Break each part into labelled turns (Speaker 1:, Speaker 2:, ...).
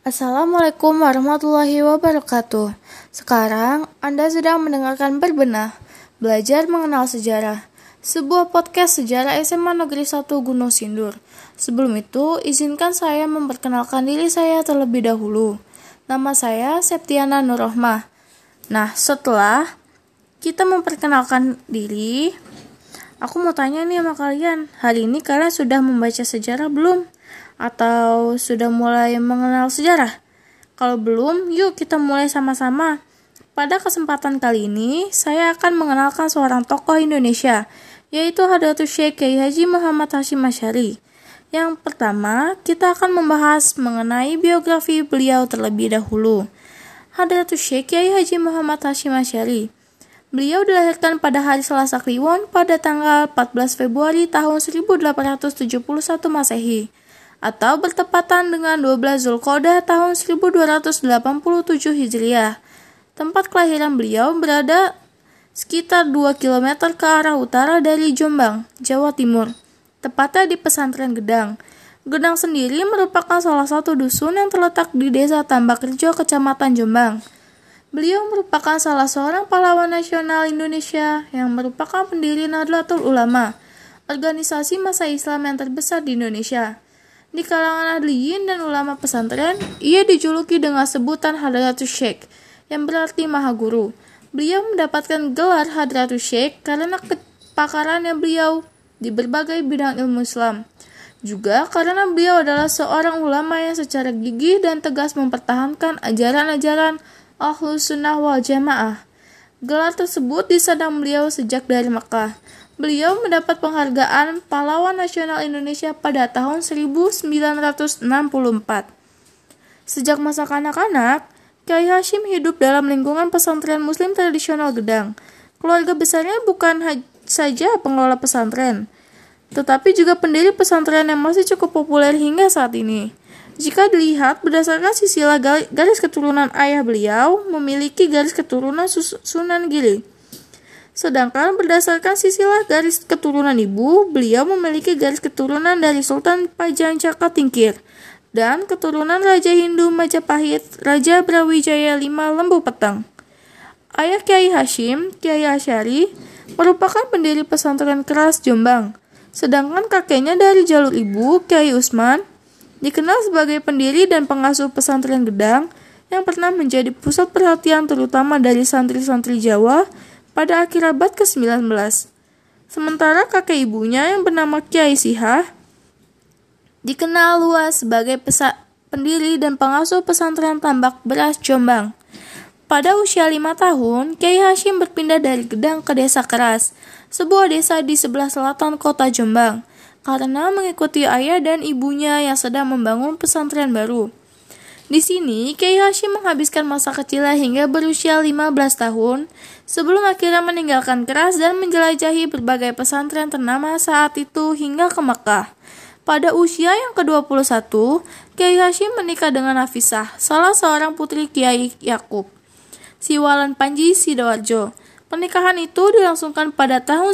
Speaker 1: Assalamualaikum warahmatullahi wabarakatuh. Sekarang Anda sedang mendengarkan Berbenah, Belajar Mengenal Sejarah, sebuah podcast sejarah SMA Negeri 1 Gunung Sindur. Sebelum itu, izinkan saya memperkenalkan diri saya terlebih dahulu. Nama saya Septiana Nurrohmah. Nah, setelah kita memperkenalkan diri, aku mau tanya nih sama kalian, hari ini kalian sudah membaca sejarah belum? Atau sudah mulai mengenal sejarah? Kalau belum, yuk kita mulai sama-sama. Pada kesempatan kali ini, saya akan mengenalkan seorang tokoh Indonesia, yaitu Hadratus Syekh Kyai Haji Muhammad Hasyim Asy'ari. Yang pertama, kita akan membahas mengenai biografi beliau terlebih dahulu. Hadratus Syekh Kyai Haji Muhammad Hasyim Asy'ari. Beliau dilahirkan pada hari Selasa Kliwon pada tanggal 14 Februari tahun 1871 Masehi. Atau bertepatan dengan 12 Zulqa'dah tahun 1287 Hijriah. Tempat kelahiran beliau berada sekitar 2 km ke arah utara dari Jombang, Jawa Timur, tepatnya di Pesantren Gedang. Gedang sendiri merupakan salah satu dusun yang terletak di Desa Tambakrejo, Kecamatan Jombang. Beliau merupakan salah seorang pahlawan nasional Indonesia yang merupakan pendiri Nahdlatul Ulama, organisasi massa Islam yang terbesar di Indonesia. Di kalangan ahliyin dan ulama pesantren, ia dijuluki dengan sebutan Hadratus Syekh, yang berarti Maha Guru. Beliau mendapatkan gelar Hadratus Syekh karena kepakarannya beliau di berbagai bidang ilmu Islam. Juga karena beliau adalah seorang ulama yang secara gigih dan tegas mempertahankan ajaran-ajaran Ahlus Sunnah wal Jamaah. Gelar tersebut disadang beliau sejak dari Makkah. Beliau mendapat penghargaan Pahlawan Nasional Indonesia pada tahun 1964. Sejak masa kanak-kanak, Kyai Hasyim hidup dalam lingkungan pesantren muslim tradisional Gedang. Keluarga besarnya bukan saja pengelola pesantren, tetapi juga pendiri pesantren yang masih cukup populer hingga saat ini. Jika dilihat berdasarkan silsilah garis keturunan ayah beliau, memiliki garis keturunan Sunan Giri. Sedangkan berdasarkan silsilah garis keturunan ibu, beliau memiliki garis keturunan dari Sultan Pajancaka Tingkir dan keturunan Raja Hindu Majapahit, Raja Brawijaya V Lembu Petang. Ayah Kyai Hasyim, Kyai Asy'ari, merupakan pendiri pesantren Keras Jombang. Sedangkan kakeknya dari jalur ibu, Kyai Usman, dikenal sebagai pendiri dan pengasuh pesantren Gedang yang pernah menjadi pusat perhatian terutama dari santri-santri Jawa pada akhir abad ke-19. Sementara kakek ibunya yang bernama Kyai Sihah dikenal luas sebagai pendiri dan pengasuh pesantren Tambak Beras Jombang. Pada usia 5 tahun, Kyai Hasyim berpindah dari Gedang ke Desa Keras, sebuah desa di sebelah selatan kota Jombang, karena mengikuti ayah dan ibunya yang sedang membangun pesantren baru. Di sini, Kyai Hasyim menghabiskan masa kecilnya hingga berusia 15 tahun, sebelum akhirnya meninggalkan Keras dan menjelajahi berbagai pesantren ternama saat itu hingga ke Makkah. Pada usia yang ke-21, Kyai Hasyim menikah dengan Nafisah, salah seorang putri Kyai Yakub Siwalan Panji Sidoarjo. Pernikahan itu dilangsungkan pada tahun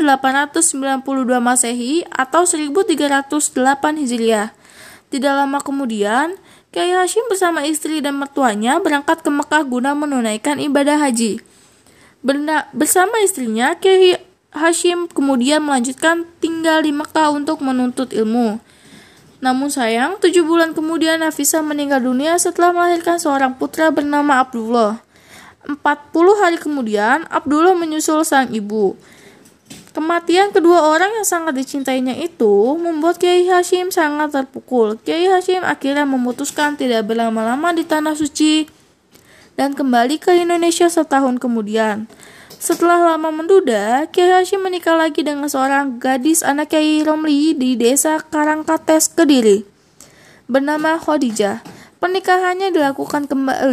Speaker 1: 1892 Masehi atau 1308 Hijriah. Tidak lama kemudian, Kyai Hasyim bersama istri dan mertuanya berangkat ke Mekah guna menunaikan ibadah haji. Bersama istrinya, Kyai Hasyim kemudian melanjutkan tinggal di Mekah untuk menuntut ilmu. Namun sayang, 7 bulan kemudian Nafisah meninggal dunia setelah melahirkan seorang putra bernama Abdullah. 40 hari kemudian, Abdullah menyusul sang ibu. Kematian kedua orang yang sangat dicintainya itu membuat Kyai Hasyim sangat terpukul. Kyai Hasyim akhirnya memutuskan tidak berlama-lama di Tanah Suci dan kembali ke Indonesia setahun kemudian. Setelah lama menduda, Kyai Hasyim menikah lagi dengan seorang gadis anak Kyai Romli di Desa Karangkates, Kediri, bernama Khadijah. Pernikahannya dilakukan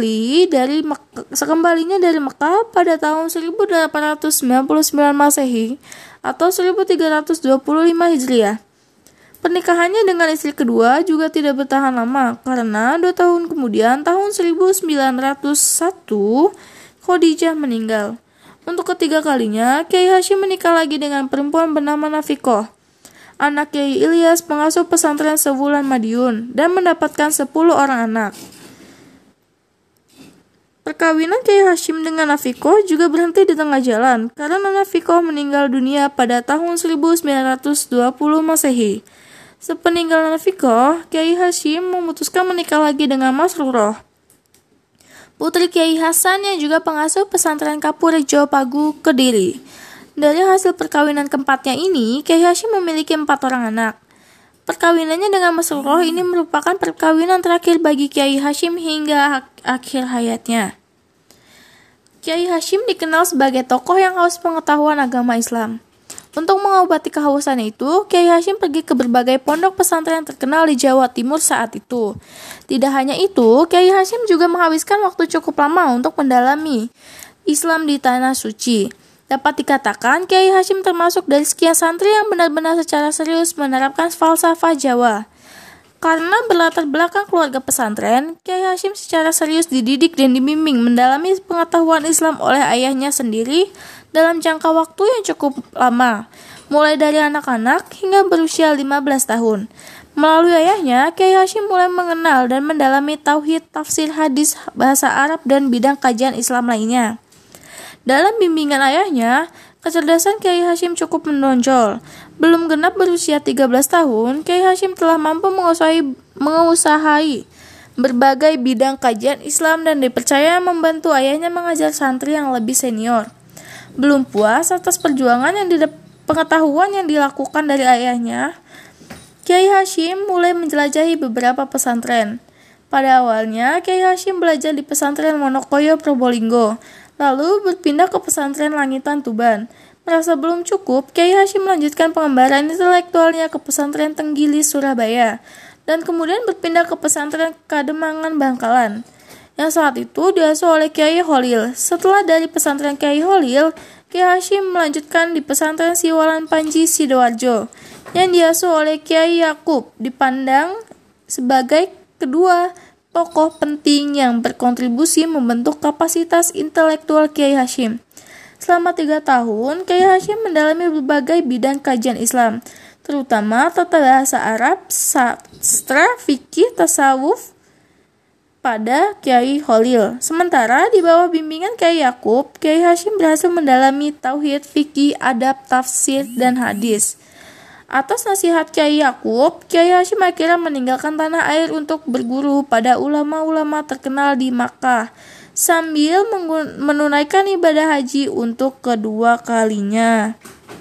Speaker 1: sekembalinya dari Mekah pada tahun 1899 Masehi atau 1325 Hijriah. Pernikahannya dengan istri kedua juga tidak bertahan lama karena 2 tahun kemudian tahun 1901 Khadijah meninggal. Untuk ketiga kalinya, Kyai Hasyim menikah lagi dengan perempuan bernama Nafikoh. anak Kyai Ilyas, pengasuh pesantren Sewulan Madiun, dan mendapatkan 10 orang anak. Perkawinan Kiai Hashim dengan Nafikoh juga berhenti di tengah jalan karena Nafikoh meninggal dunia pada tahun 1920 Masehi. Sepeninggal Nafikoh, Kiai Hashim memutuskan menikah lagi dengan Masrurah, putri Kiai Hasan yang juga pengasuh pesantren Kapurjo Pagu, Kediri. Dari hasil perkawinan keempatnya ini, Kiai Hashim memiliki 4 orang anak. Perkawinannya dengan Masrurah ini merupakan perkawinan terakhir bagi Kiai Hashim hingga akhir hayatnya. Kiai Hashim dikenal sebagai tokoh yang haus pengetahuan agama Islam. Untuk mengobati kehausan itu, Kiai Hashim pergi ke berbagai pondok pesantren terkenal di Jawa Timur saat itu. Tidak hanya itu, Kiai Hashim juga menghabiskan waktu cukup lama untuk mendalami Islam di Tanah Suci. Dapat dikatakan, Kiai Hashim termasuk dari sekian santri yang benar-benar secara serius menerapkan falsafah Jawa. Karena berlatar belakang keluarga pesantren, Kiai Hashim secara serius dididik dan dibimbing mendalami pengetahuan Islam oleh ayahnya sendiri dalam jangka waktu yang cukup lama, mulai dari anak-anak hingga berusia 15 tahun. Melalui ayahnya, Kiai Hashim mulai mengenal dan mendalami tauhid, tafsir hadis, bahasa Arab, dan bidang kajian Islam lainnya. Dalam bimbingan ayahnya, kecerdasan Kiai Hashim cukup menonjol. Belum genap berusia 13 tahun, Kiai Hashim telah mampu mengusahai berbagai bidang kajian Islam dan dipercaya membantu ayahnya mengajar santri yang lebih senior. Belum puas atas perjuangan pengetahuan yang dilakukan dari ayahnya, Kiai Hashim mulai menjelajahi beberapa pesantren. Pada awalnya, Kiai Hashim belajar di pesantren Wonokoyo Probolinggo, lalu berpindah ke pesantren Langitan Tuban. Merasa belum cukup, Kiai Hashim melanjutkan pengembaraan intelektualnya ke pesantren Tenggilis, Surabaya, dan kemudian berpindah ke pesantren Kademangan, Bangkalan, yang saat itu diasuh oleh Kiai Holil. Setelah dari pesantren Kiai Holil, Kiai Hashim melanjutkan di pesantren Siwalan Panji, Sidoarjo, yang diasuh oleh Kiai Yakub, dipandang sebagai kedua tokoh penting yang berkontribusi membentuk kapasitas intelektual Kiai Hashim. Selama 3 tahun, Kiai Hashim mendalami berbagai bidang kajian Islam, terutama tata bahasa Arab, sastra, fikih, tasawuf pada Kiai Holil. Sementara di bawah bimbingan Kiai Yakub, Kiai Hashim berhasil mendalami tauhid, fikih, adab, tafsir, dan hadis. Atas nasihat Kiai Yakub, Kiai Hashim akhirnya meninggalkan tanah air untuk berguru pada ulama-ulama terkenal di Makkah, sambil menunaikan ibadah haji untuk kedua kalinya.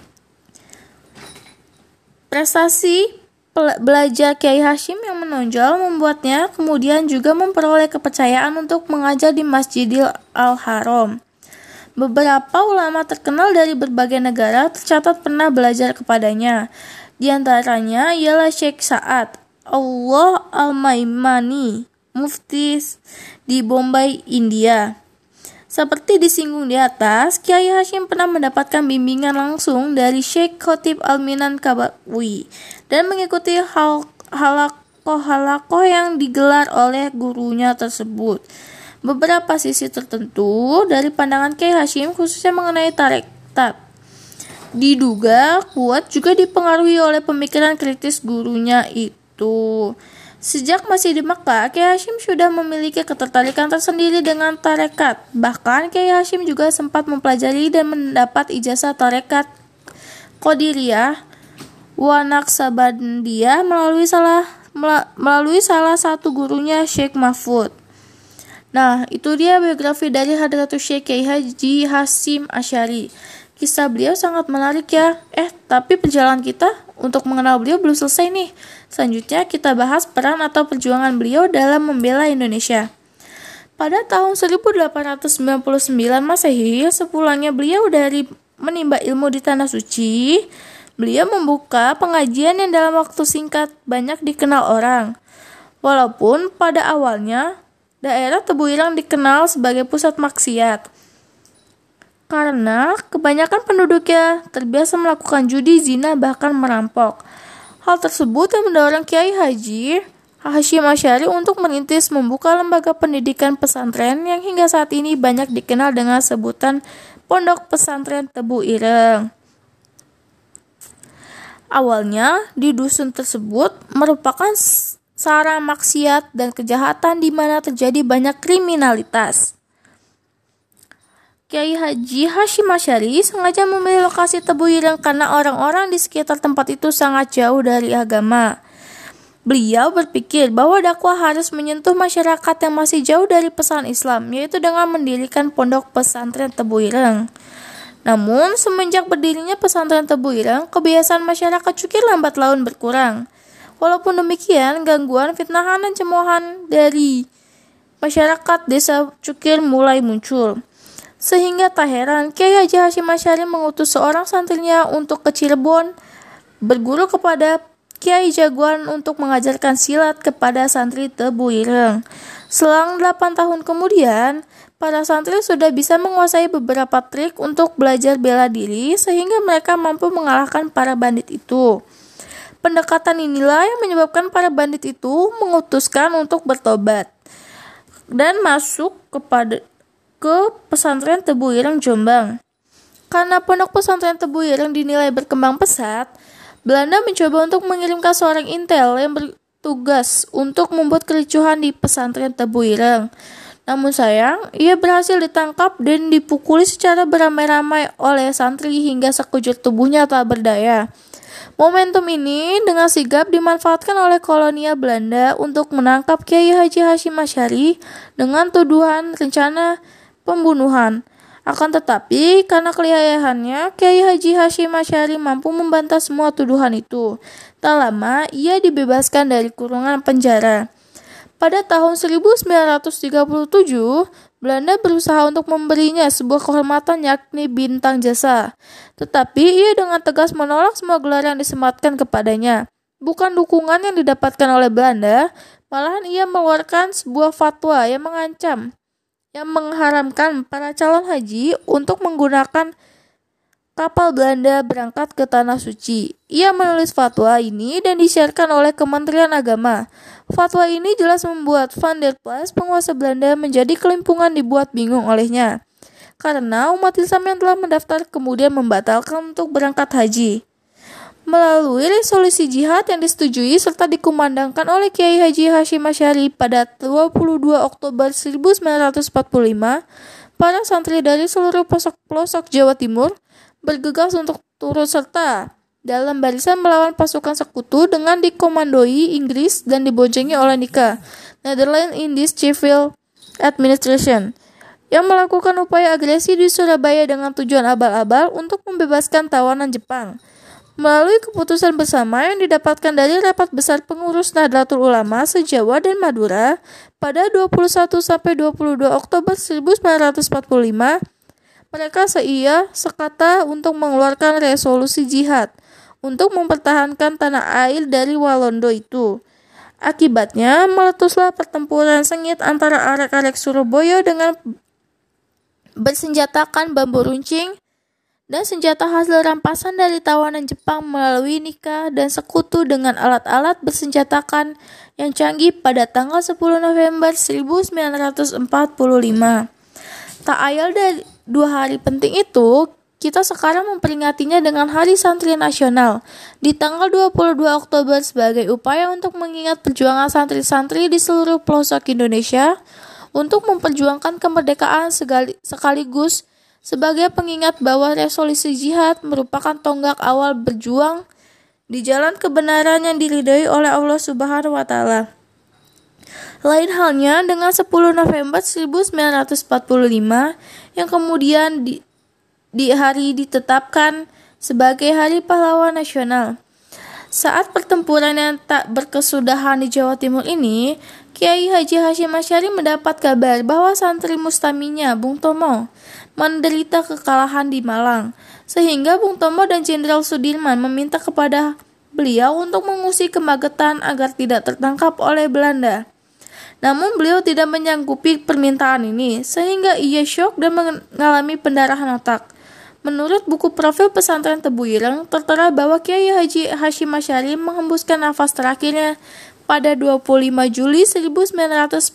Speaker 1: Prestasi belajar Kiai Hashim yang menonjol membuatnya kemudian juga memperoleh kepercayaan untuk mengajar di Masjidil Al-Haram. Beberapa ulama terkenal dari berbagai negara tercatat pernah belajar kepadanya. Di antaranya ialah Syekh Sa'ad Allah Al-Maimani, mufti di Bombay, India. Seperti disinggung di atas, Kiai Hashim pernah mendapatkan bimbingan langsung dari Syekh Khotib Al-Minan Kabawi dan mengikuti halakoh yang digelar oleh gurunya tersebut. Beberapa sisi tertentu dari pandangan Kiai Hashim khususnya mengenai tarekat diduga kuat juga dipengaruhi oleh pemikiran kritis gurunya itu. Sejak masih di Makkah, Kiai Hashim sudah memiliki ketertarikan tersendiri dengan tarekat. Bahkan Kiai Hashim juga sempat mempelajari dan mendapat ijazah tarekat Qadiriyah wa Naqsabandiyah melalui salah satu gurunya, Syekh Mahfud. Nah, itu dia biografi dari Hadratus Syekh Kiai Haji Hashim Asy'ari. Kisah beliau sangat menarik ya. Tapi perjalanan kita untuk mengenal beliau belum selesai nih. Selanjutnya kita bahas peran atau perjuangan beliau dalam membela Indonesia. Pada tahun 1899 Masehi, sepulangnya beliau dari menimba ilmu di Tanah Suci, beliau membuka pengajian yang dalam waktu singkat banyak dikenal orang. Walaupun pada awalnya daerah Tebu Ireng dikenal sebagai pusat maksiat, karena kebanyakan penduduknya terbiasa melakukan judi, zina, bahkan merampok. Hal tersebut yang mendorong Kiai Haji Hashim Asy'ari untuk merintis membuka lembaga pendidikan pesantren yang hingga saat ini banyak dikenal dengan sebutan Pondok Pesantren Tebu Ireng. Awalnya di dusun tersebut merupakan sarang maksiat dan kejahatan di mana terjadi banyak kriminalitas. Kiai Haji Hashim Asy'ari sengaja memilih lokasi Tebu Ireng karena orang-orang di sekitar tempat itu sangat jauh dari agama. Beliau berpikir bahwa dakwah harus menyentuh masyarakat yang masih jauh dari pesan Islam, yaitu dengan mendirikan pondok pesantren Tebu Ireng. Namun, semenjak berdirinya pesantren Tebu Ireng, kebiasaan masyarakat Cukir lambat laun berkurang. Walaupun demikian, gangguan, fitnahan, dan cemoohan dari masyarakat desa Cukir mulai muncul. Sehingga tak heran, Kiai Haji Hashim Asy'ari mengutus seorang santrinya untuk ke Cirebon, berguru kepada Kiai Jagoan untuk mengajarkan silat kepada santri Tebu Ireng. Selang 8 tahun kemudian, para santri sudah bisa menguasai beberapa trik untuk belajar bela diri sehingga mereka mampu mengalahkan para bandit itu. Pendekatan inilah yang menyebabkan para bandit itu memutuskan untuk bertobat dan masuk ke pesantren Tebu Ireng Jombang. Karena pondok pesantren Tebu Ireng dinilai berkembang pesat, Belanda mencoba untuk mengirimkan seorang intel yang bertugas untuk membuat kericuhan di pesantren Tebu Ireng. Namun sayang, ia berhasil ditangkap dan dipukuli secara beramai-ramai oleh santri hingga sekujur tubuhnya tak berdaya. Momentum ini dengan sigap dimanfaatkan oleh kolonial Belanda untuk menangkap Kiai Haji Hashim Asy'ari dengan tuduhan rencana pembunuhan. Akan tetapi, karena kelihayannya, Kiai Haji Hashim Asy'ari mampu membantah semua tuduhan itu. Tak lama, ia dibebaskan dari kurungan penjara. Pada tahun 1937, Belanda berusaha untuk memberinya sebuah kehormatan yakni bintang jasa. Tetapi ia dengan tegas menolak semua gelar yang disematkan kepadanya. Bukan dukungan yang didapatkan oleh Belanda, malahan ia mengeluarkan sebuah fatwa yang mengancam, yang mengharamkan para calon haji untuk menggunakan kapal Belanda berangkat ke Tanah Suci. Ia menulis fatwa ini dan disiarkan oleh Kementerian Agama. Fatwa ini jelas membuat Van der Plas, penguasa Belanda, menjadi kelimpungan dibuat bingung olehnya. Karena umat Islam yang telah mendaftar kemudian membatalkan untuk berangkat haji. Melalui resolusi jihad yang disetujui serta dikumandangkan oleh Kiai Haji Hashim Asy'ari pada 22 Oktober 1945, para santri dari seluruh pelosok Jawa Timur bergegas untuk turut serta dalam barisan melawan pasukan sekutu dengan dikomandoi Inggris dan diboncengi oleh NICA, Netherlands Indies Civil Administration, yang melakukan upaya agresi di Surabaya dengan tujuan abal-abal untuk membebaskan tawanan Jepang. Melalui keputusan bersama yang didapatkan dari rapat besar pengurus Nahdlatul Ulama se-Jawa dan Madura pada 21-22 Oktober 1945, mereka sekata untuk mengeluarkan resolusi jihad untuk mempertahankan tanah air dari Walanda itu. Akibatnya, meletuslah pertempuran sengit antara arek-arek Surabaya dengan bersenjatakan bambu runcing dan senjata hasil rampasan dari tawanan Jepang melalui NICA dan sekutu dengan alat-alat bersenjatakan yang canggih pada tanggal 10 November 1945. Tak ayal dari 2 hari penting itu, kita sekarang memperingatinya dengan Hari Santri Nasional di tanggal 22 Oktober sebagai upaya untuk mengingat perjuangan santri-santri di seluruh pelosok Indonesia untuk memperjuangkan kemerdekaan sekaligus sebagai pengingat bahwa resolusi jihad merupakan tonggak awal berjuang di jalan kebenaran yang diridhoi oleh Allah Subhanahu wa Ta'ala. Lain halnya dengan 10 November 1945 yang kemudian di hari ditetapkan sebagai Hari Pahlawan Nasional. Saat pertempuran yang tak berkesudahan di Jawa Timur ini, Kiai Haji Hashim Asy'ari mendapat kabar bahwa santri mustaminya Bung Tomo menderita kekalahan di Malang, sehingga Bung Tomo dan Jenderal Sudirman meminta kepada beliau untuk mengungsi ke Magetan agar tidak tertangkap oleh Belanda. Namun beliau tidak menyanggupi permintaan ini, sehingga ia syok dan mengalami pendarahan otak. Menurut buku profil pesantren Tebu Ireng, tertera bahwa Kiai Haji Hashim Asy'ari menghembuskan nafas terakhirnya pada 25 Juli 1947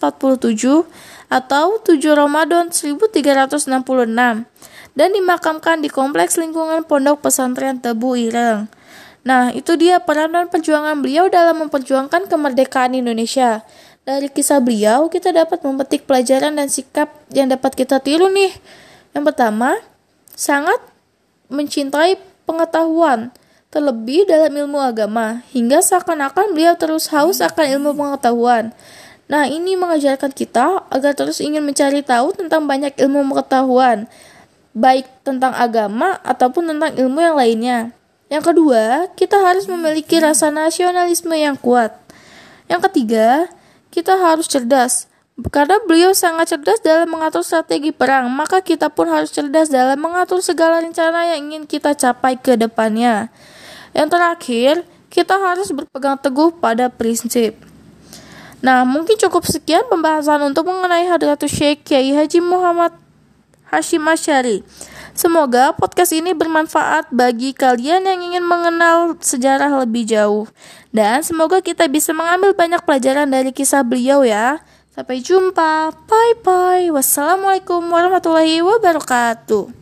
Speaker 1: atau 7 Ramadan 1366 dan dimakamkan di kompleks lingkungan pondok pesantren Tebu Ireng. Nah, itu dia peran dan perjuangan beliau dalam memperjuangkan kemerdekaan Indonesia. Dari kisah beliau, kita dapat memetik pelajaran dan sikap yang dapat kita tiru nih. Yang pertama, sangat mencintai pengetahuan, terlebih dalam ilmu agama, hingga seakan-akan beliau terus haus akan ilmu pengetahuan. Nah, ini mengajarkan kita agar terus ingin mencari tahu tentang banyak ilmu pengetahuan, baik tentang agama ataupun tentang ilmu yang lainnya. Yang kedua, kita harus memiliki rasa nasionalisme yang kuat. Yang ketiga, kita harus cerdas. Karena beliau sangat cerdas dalam mengatur strategi perang, maka kita pun harus cerdas dalam mengatur segala rencana yang ingin kita capai ke depannya. Yang terakhir, kita harus berpegang teguh pada prinsip. Nah, mungkin cukup sekian pembahasan untuk mengenai Hadratus Syekh Kiai Haji Muhammad Hasyim Asy'ari. Semoga podcast ini bermanfaat bagi kalian yang ingin mengenal sejarah lebih jauh. Dan semoga kita bisa mengambil banyak pelajaran dari kisah beliau ya. Sampai jumpa. Bye-bye. Wassalamualaikum warahmatullahi wabarakatuh.